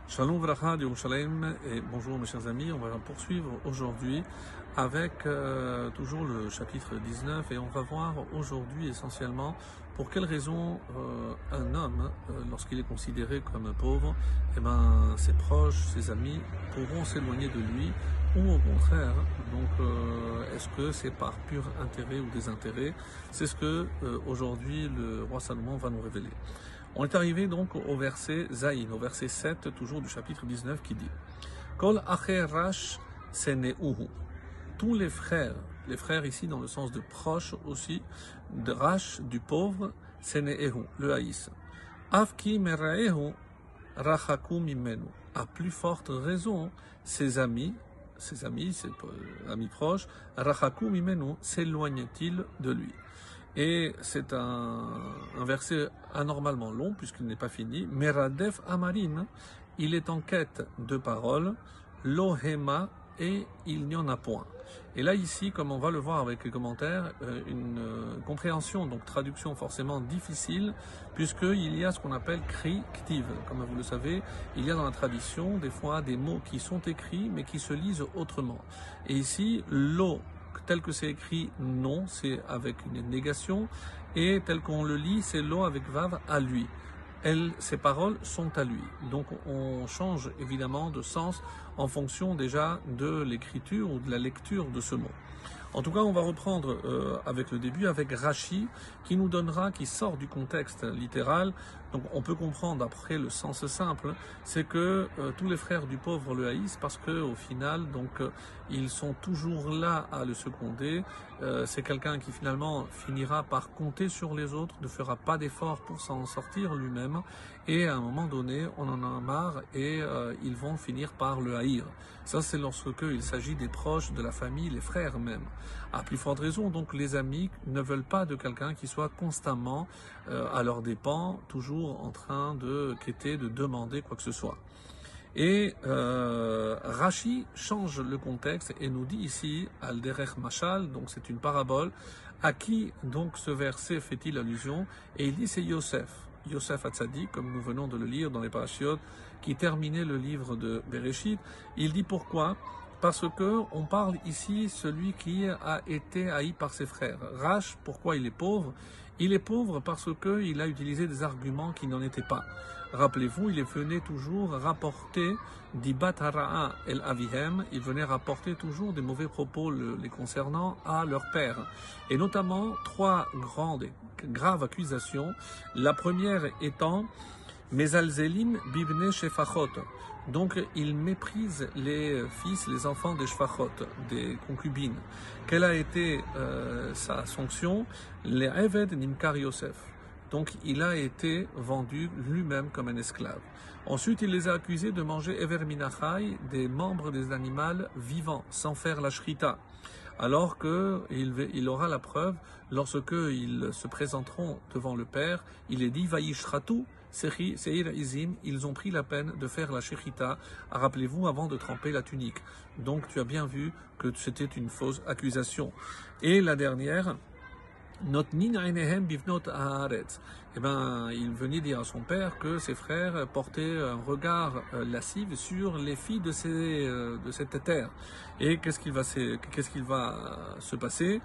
Shalom Vracha d'Yerushalayim et bonjour mes chers amis, on va poursuivre aujourd'hui avec toujours le chapitre 19 et on va voir aujourd'hui essentiellement pour quelles raisons un homme, lorsqu'il est considéré comme pauvre, ses proches, ses amis pourront s'éloigner de lui ou au contraire, donc est-ce que c'est par pur intérêt ou désintérêt? C'est ce que aujourd'hui le roi Salomon va nous révéler. On est arrivé donc au verset Zaïn, au verset 7, toujours du chapitre 19, qui dit Kol acher rash seneuhu. Tous les frères ici dans le sens de proche aussi, de rash, du pauvre, seneuhu, le haïs. Afki meraehu rachaku mimenu. À plus forte raison, ses amis, ses amis proches, rachaku mimenu, s'éloignent-ils de lui. Et c'est un verset anormalement long, puisqu'il n'est pas fini. Meradef Amarim, il est en quête de paroles, Lohema, et il n'y en a point. Et là, ici, comme on va le voir avec les commentaires, une compréhension, donc traduction forcément difficile, puisqu'il y a ce qu'on appelle kri ktiv. Comme vous le savez, il y a dans la tradition des fois des mots qui sont écrits, mais qui se lisent autrement. Et ici, lo, tel que c'est écrit, non, c'est avec une négation, et tel qu'on le lit, c'est lo avec vav, à lui. Ces paroles sont à lui. Donc on change évidemment de sens en fonction déjà de l'écriture ou de la lecture de ce mot. En tout cas, on va reprendre avec le début, avec Rashi, qui nous donnera, qui sort du contexte littéral. Donc on peut comprendre après le sens simple, c'est que tous les frères du pauvre le haïssent parce que au final, donc ils sont toujours là à le seconder. C'est quelqu'un qui finalement finira par compter sur les autres, ne fera pas d'efforts pour s'en sortir lui-même. Et à un moment donné, on en a marre et ils vont finir par le haïr. Ça, c'est lorsqu'il s'agit des proches, de la famille, les frères même. À plus forte raison, donc, les amis ne veulent pas de quelqu'un qui soit constamment à leurs dépens, toujours en train de quêter, de demander quoi que ce soit. Et Rashi change le contexte et nous dit ici, Al-Derech Mashal, donc c'est une parabole, à qui donc ce verset fait-il allusion? Et il dit c'est Yosef. Yosef Hatzadik, comme nous venons de le lire dans les parashiotes, qui terminait le livre de Bereshit. Il dit pourquoi? Parce que on parle ici celui qui a été haï par ses frères. Rash, pourquoi il est pauvre? Il est pauvre parce qu'il a utilisé des arguments qui n'en étaient pas. Rappelez-vous, il venait toujours rapporter Dibat Hara'a el Avihem, il venait rapporter toujours des mauvais propos les concernant à leur père. Et notamment trois grandes et graves accusations. La première étant Mezalzelim bibne shefachot. Donc il méprise les fils, les enfants des shfachot, des concubines. Quelle a été sa sanction? Les Eved Nimkar Yosef. Donc il a été vendu lui-même comme un esclave. Ensuite, il les a accusés de manger Ever Minachai, des membres des animaux vivants, sans faire la shrita. Alors qu'il aura la preuve, lorsqu'ils se présenteront devant le Père, il est dit Vaïshratu, Seir Izim, ils ont pris la peine de faire la shrita, rappelez-vous, avant de tremper la tunique. Donc tu as bien vu que c'était une fausse accusation. Et la dernière, Notnin Ainehem Bivnot Haaretz. Il venait dire à son père que ses frères portaient un regard lascif sur les filles de cette terre. Et qu'est-ce qu'il va se passer?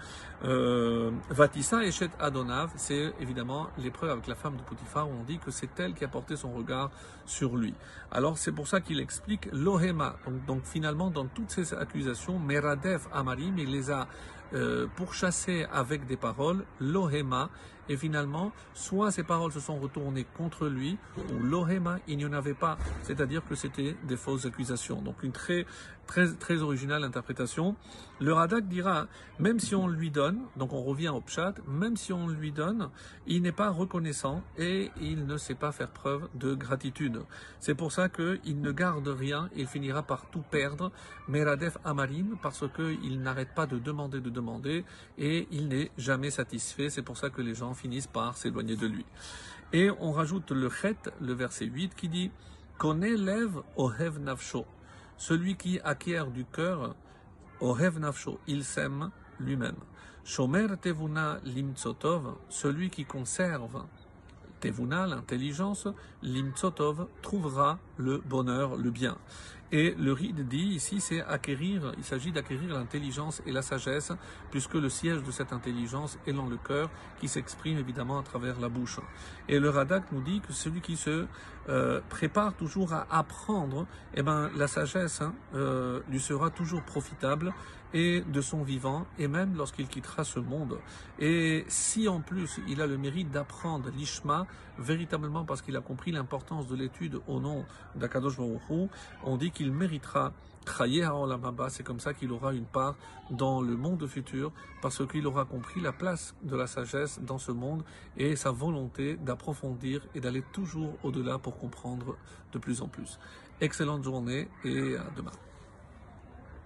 Vatissa Eshet Adonav, c'est évidemment l'épreuve avec la femme de Potiphar où on dit que c'est elle qui a porté son regard sur lui. Alors c'est pour ça qu'il explique l'Ohema. Donc finalement, dans toutes ces accusations, Meradef Amarim, il les a pourchassés avec des paroles, l'Ohema, et finalement, soit ces paroles se sont retournées contre lui, ou l'Ohema, il n'y en avait pas, c'est-à-dire que c'était des fausses accusations. Donc une très originale interprétation. Le Radak dira, même si on lui donne, donc on revient au Pshat, même si on lui donne, il n'est pas reconnaissant et il ne sait pas faire preuve de gratitude. C'est pour ça qu'il ne garde rien, il finira par tout perdre, Meradef Amarim, parce qu'il n'arrête pas de demander, et il n'est jamais satisfait. C'est pour ça que les gens finissent par s'éloigner de lui. Et on rajoute le Chet, le verset 8, qui dit Kone lev ohev nafsho. Celui qui acquiert du cœur, ohev nafsho, il s'aime lui-même. Shomer tevuna limtsotov, celui qui conserve Tevuna, l'intelligence, Limtsotov trouvera le bonheur, le bien. Et le ride dit ici, c'est acquérir, il s'agit d'acquérir l'intelligence et la sagesse, puisque le siège de cette intelligence est dans le cœur, qui s'exprime évidemment à travers la bouche. Et le Radak nous dit que celui qui se prépare toujours à apprendre, eh ben, la sagesse lui sera toujours profitable, et de son vivant, et même lorsqu'il quittera ce monde. Et si en plus il a le mérite d'apprendre l'Ishma, véritablement parce qu'il a compris l'importance de l'étude au nom d'Akadosh Baruch Hu, on dit qu'il méritera Chaye Ha'olam Haba, c'est comme ça qu'il aura une part dans le monde futur, parce qu'il aura compris la place de la sagesse dans ce monde et sa volonté d'approfondir et d'aller toujours au-delà pour comprendre de plus en plus. Excellente journée et à demain.